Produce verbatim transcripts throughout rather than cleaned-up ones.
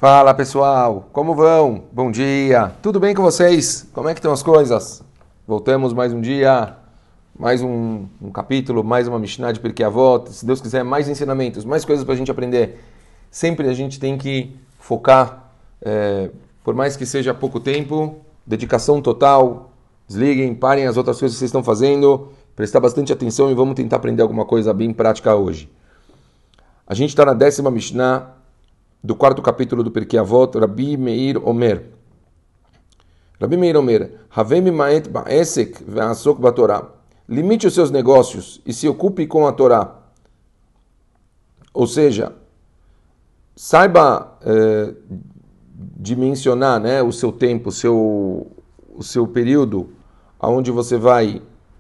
Fala pessoal, como vão? Bom dia, tudo bem com vocês? Como é que estão as coisas? Voltamos mais um dia, mais um, um capítulo, mais uma Mishnah de Pirkei Avot, se Deus quiser mais ensinamentos, mais coisas para a gente aprender. Sempre a gente tem que focar, é, por mais que seja pouco tempo, dedicação total, desliguem, parem as outras coisas que vocês estão fazendo, prestar bastante atenção e vamos tentar aprender alguma coisa bem prática hoje. A gente está na décima Mishnah do quarto capítulo do Pirkei Avot, Rabi Meir Omer. Rabi Meir Omer, Havemi ma'et ba'esek ve'asok ba'torah. Limite os seus negócios e se ocupe com a Torá. Ou seja, saiba é, dimensionar, né, o seu tempo, o seu, o seu período, aonde você vai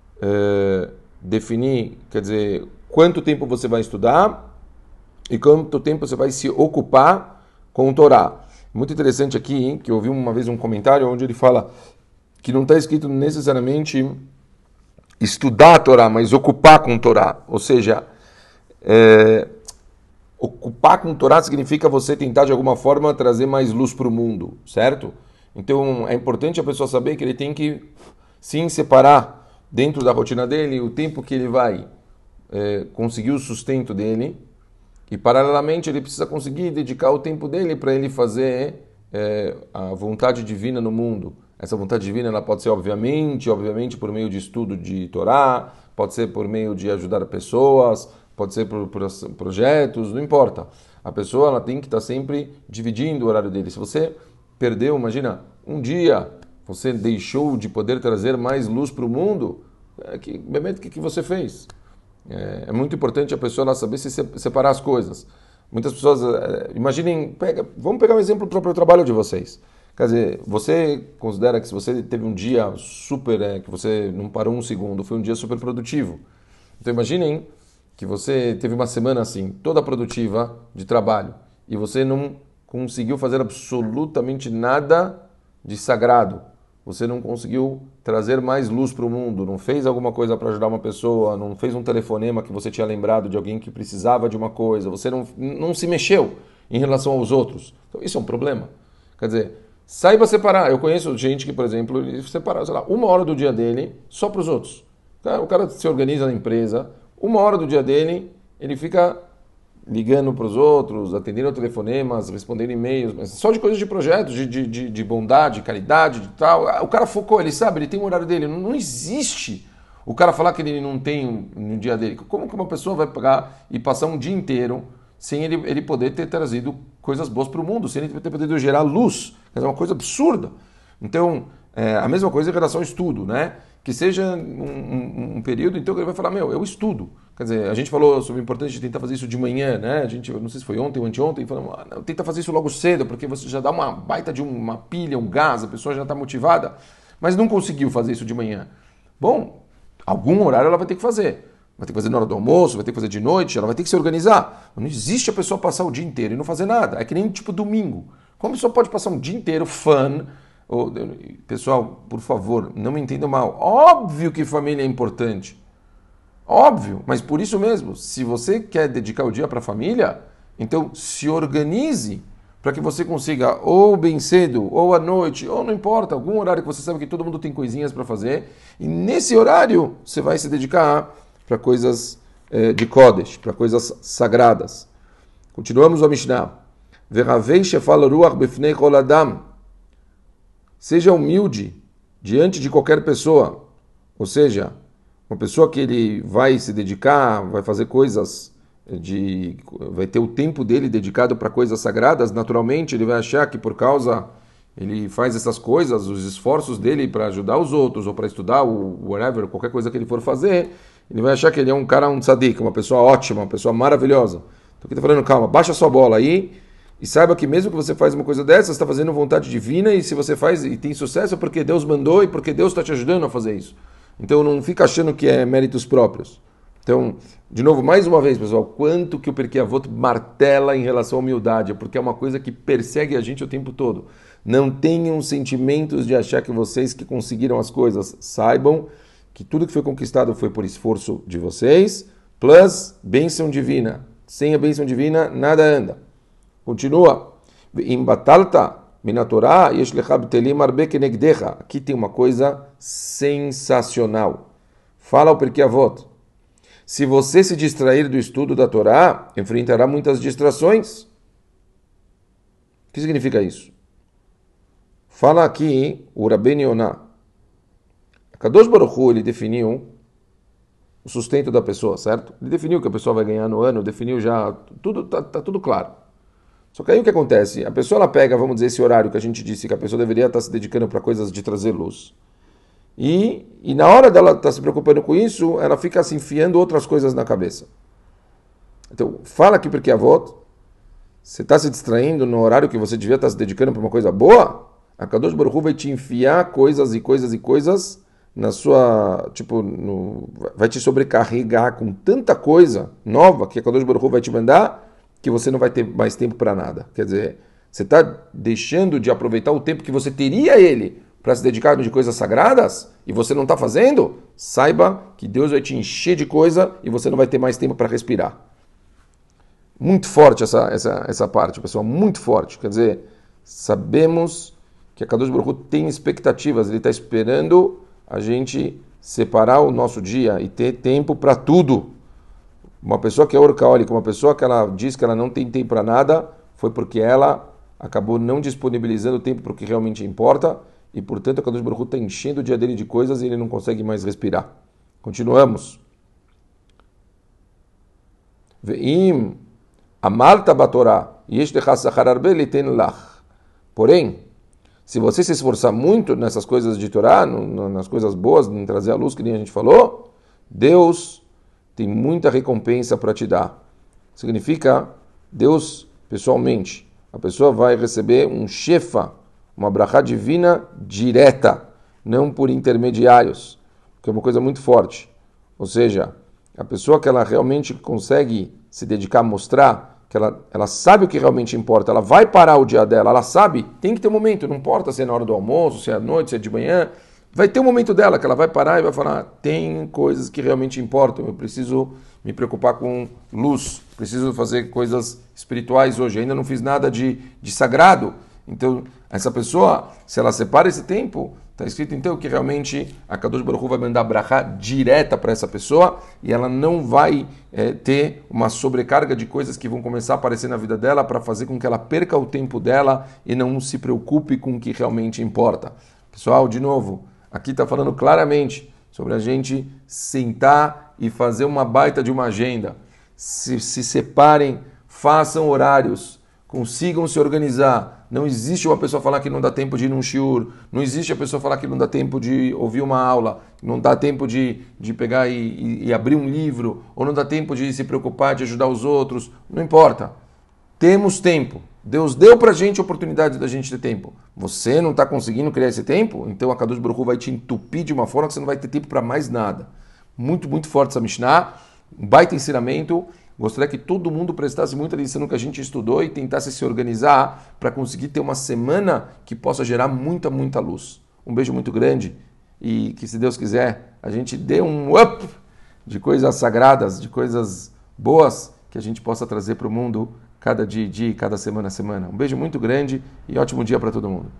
é, definir, quer dizer, quanto tempo você vai estudar e quanto tempo você vai se ocupar com o Torá. Muito interessante aqui, hein, que eu ouvi uma vez um comentário onde ele fala que não está escrito necessariamente estudar a Torá, mas ocupar com o Torá. Ou seja, é, ocupar com o Torá significa você tentar de alguma forma trazer mais luz para o mundo, certo? Então é importante a pessoa saber que ele tem que sim separar dentro da rotina dele o tempo que ele vai é, conseguir o sustento dele. E, paralelamente, ele precisa conseguir dedicar o tempo dele para ele fazer é, a vontade divina no mundo. Essa vontade divina ela pode ser, obviamente, obviamente, por meio de estudo de Torá, pode ser por meio de ajudar pessoas, pode ser por, por projetos, não importa. A pessoa ela tem que estar sempre dividindo o horário dele. Se você perdeu, imagina, um dia você deixou de poder trazer mais luz para o mundo, é que, o que, que você fez? É muito importante a pessoa lá saber se separar as coisas. Muitas pessoas, imaginem, pega, vamos pegar um exemplo do próprio trabalho de vocês. Quer dizer, você considera que se você teve um dia super, é, que você não parou um segundo, foi um dia super produtivo. Então imaginem que você teve uma semana assim, toda produtiva de trabalho, e você não conseguiu fazer absolutamente nada de sagrado. Você não conseguiu trazer mais luz para o mundo, não fez alguma coisa para ajudar uma pessoa, não fez um telefonema que você tinha lembrado de alguém que precisava de uma coisa, você não, não se mexeu em relação aos outros. Então isso é um problema. Quer dizer, saiba separar. Eu conheço gente que, por exemplo, ele separa, sei lá, uma hora do dia dele só para os outros. O cara se organiza na empresa, uma hora do dia dele, ele fica ligando para os outros, atendendo telefonemas, respondendo e-mails, mas só de coisas de projetos, de, de, de bondade, caridade, de tal. O cara focou, ele sabe, ele tem um horário dele. Não, não existe o cara falar que ele não tem no dia dele. Como que uma pessoa vai pegar e passar um dia inteiro sem ele, ele poder ter trazido coisas boas para o mundo, sem ele ter podido gerar luz? É uma coisa absurda. Então, é, a mesma coisa em relação ao estudo, né? Que seja um, um, um período, então, que ele vai falar, meu, eu estudo. Quer dizer, a gente falou sobre a importância de tentar fazer isso de manhã, né? A gente, não sei se foi ontem ou anteontem, falamos, ah, tenta fazer isso logo cedo, porque você já dá uma baita de uma pilha, um gás, a pessoa já está motivada, mas não conseguiu fazer isso de manhã. Bom, algum horário ela vai ter que fazer. Vai ter que fazer na hora do almoço, vai ter que fazer de noite, ela vai ter que se organizar. Não existe a pessoa passar o dia inteiro e não fazer nada. É que nem tipo domingo. Como a pessoa pode passar um dia inteiro fun? Ou, pessoal, por favor, não me entendam mal. Óbvio que família é importante. Óbvio, mas por isso mesmo, se você quer dedicar o dia para a família, então se organize para que você consiga ou bem cedo, ou à noite, ou não importa, algum horário que você sabe que todo mundo tem coisinhas para fazer, e nesse horário você vai se dedicar para coisas eh, de Kodesh, para coisas sagradas. Continuamos a Mishnah. Ve'ravei shefal ruach befnei kol adam. Seja humilde diante de qualquer pessoa, ou seja, uma pessoa que ele vai se dedicar, vai fazer coisas, de, vai ter o tempo dele dedicado para coisas sagradas, naturalmente ele vai achar que por causa, ele faz essas coisas, os esforços dele para ajudar os outros, ou para estudar, o whatever, qualquer coisa que ele for fazer, ele vai achar que ele é um cara, um tzadik, uma pessoa ótima, uma pessoa maravilhosa. Então aqui está falando, calma, baixa sua bola aí, e saiba que mesmo que você faz uma coisa dessa, você está fazendo vontade divina, e se você faz e tem sucesso é porque Deus mandou e porque Deus está te ajudando a fazer isso. Então não fica achando que é méritos próprios. Então, de novo, mais uma vez, pessoal, quanto que o Pirkei Avot martela em relação à humildade, porque é uma coisa que persegue a gente o tempo todo. Não tenham sentimentos de achar que vocês que conseguiram as coisas, saibam que tudo que foi conquistado foi por esforço de vocês, plus bênção divina. Sem a bênção divina, nada anda. Continua. Ve'im batalta min haTorah yesh lecha b'telim arbe kenegdecha. Aqui tem uma coisa sensacional. Fala o Pirkei Avot. Se você se distrair do estudo da Torá, enfrentará muitas distrações. O que significa isso? Fala aqui o Rabbeinu Yonah. Kadosh Baruch Hu, ele definiu o sustento da pessoa, certo? Ele definiu que a pessoa vai ganhar no ano, definiu já, tudo tá, tá tudo claro. Só que aí o que acontece? A pessoa ela pega, vamos dizer, esse horário que a gente disse que a pessoa deveria estar se dedicando para coisas de trazer luz. E, e na hora dela estar se preocupando com isso, ela fica se enfiando outras coisas na cabeça. Então, fala aqui porque a Avot, você está se distraindo no horário que você devia estar se dedicando para uma coisa boa, a Kadosh Baruch Hu vai te enfiar coisas e coisas e coisas na sua, tipo, no, vai te sobrecarregar com tanta coisa nova que a Kadosh Baruch Hu vai te mandar que você não vai ter mais tempo para nada. Quer dizer, você está deixando de aproveitar o tempo que você teria ele para se dedicar de coisas sagradas e você não está fazendo, saiba que Deus vai te encher de coisa e você não vai ter mais tempo para respirar. Muito forte essa, essa, essa parte, pessoal, muito forte. Quer dizer, sabemos que a Kadosh Baruch Hu tem expectativas, ele está esperando a gente separar o nosso dia e ter tempo para tudo. Uma pessoa que é orcaólica, uma pessoa que ela diz que ela não tem tempo para nada, foi porque ela acabou não disponibilizando tempo para o que realmente importa e, portanto, a Kadosh Baruch Hu está enchendo o dia dele de coisas e ele não consegue mais respirar. Continuamos. Ve'im amalta batorá yesh lecha sachar arbe liten lach. Porém, se você se esforçar muito nessas coisas de Torá, no, nas coisas boas, em trazer a luz que nem a gente falou, Deus tem muita recompensa para te dar. Significa, Deus, pessoalmente, a pessoa vai receber um shefa, uma brachá divina direta, não por intermediários, que é uma coisa muito forte. Ou seja, a pessoa que ela realmente consegue se dedicar a mostrar que ela, ela sabe o que realmente importa, ela vai parar o dia dela, ela sabe, tem que ter um momento, não importa se é na hora do almoço, se é à noite, se é de manhã, vai ter um momento dela que ela vai parar e vai falar, tem coisas que realmente importam, eu preciso me preocupar com luz, preciso fazer coisas espirituais hoje, ainda não fiz nada de, de sagrado. Então, essa pessoa, se ela separa esse tempo, está escrito então que realmente a Kadosh Baruch Hu vai mandar brachá direta para essa pessoa e ela não vai é, ter uma sobrecarga de coisas que vão começar a aparecer na vida dela para fazer com que ela perca o tempo dela e não se preocupe com o que realmente importa. Pessoal, de novo, aqui está falando claramente sobre a gente sentar e fazer uma baita de uma agenda. Se, se separem, façam horários, consigam se organizar. Não existe uma pessoa falar que não dá tempo de ir num shiur, não existe a pessoa falar que não dá tempo de ouvir uma aula, não dá tempo de, de pegar e, e, e abrir um livro, ou não dá tempo de se preocupar, de ajudar os outros, não importa. Temos tempo. Deus deu pra gente a oportunidade da gente ter tempo. Você não está conseguindo criar esse tempo? Então a Kadosh Baruch Hu vai te entupir de uma forma que você não vai ter tempo para mais nada. Muito, muito forte essa Mishnah, um baita ensinamento. Gostaria que todo mundo prestasse muita atenção no que a gente estudou e tentasse se organizar para conseguir ter uma semana que possa gerar muita, muita luz. Um beijo muito grande e que, se Deus quiser, a gente dê um up de coisas sagradas, de coisas boas que a gente possa trazer para o mundo cada dia e dia, cada semana a semana. Um beijo muito grande e ótimo dia para todo mundo.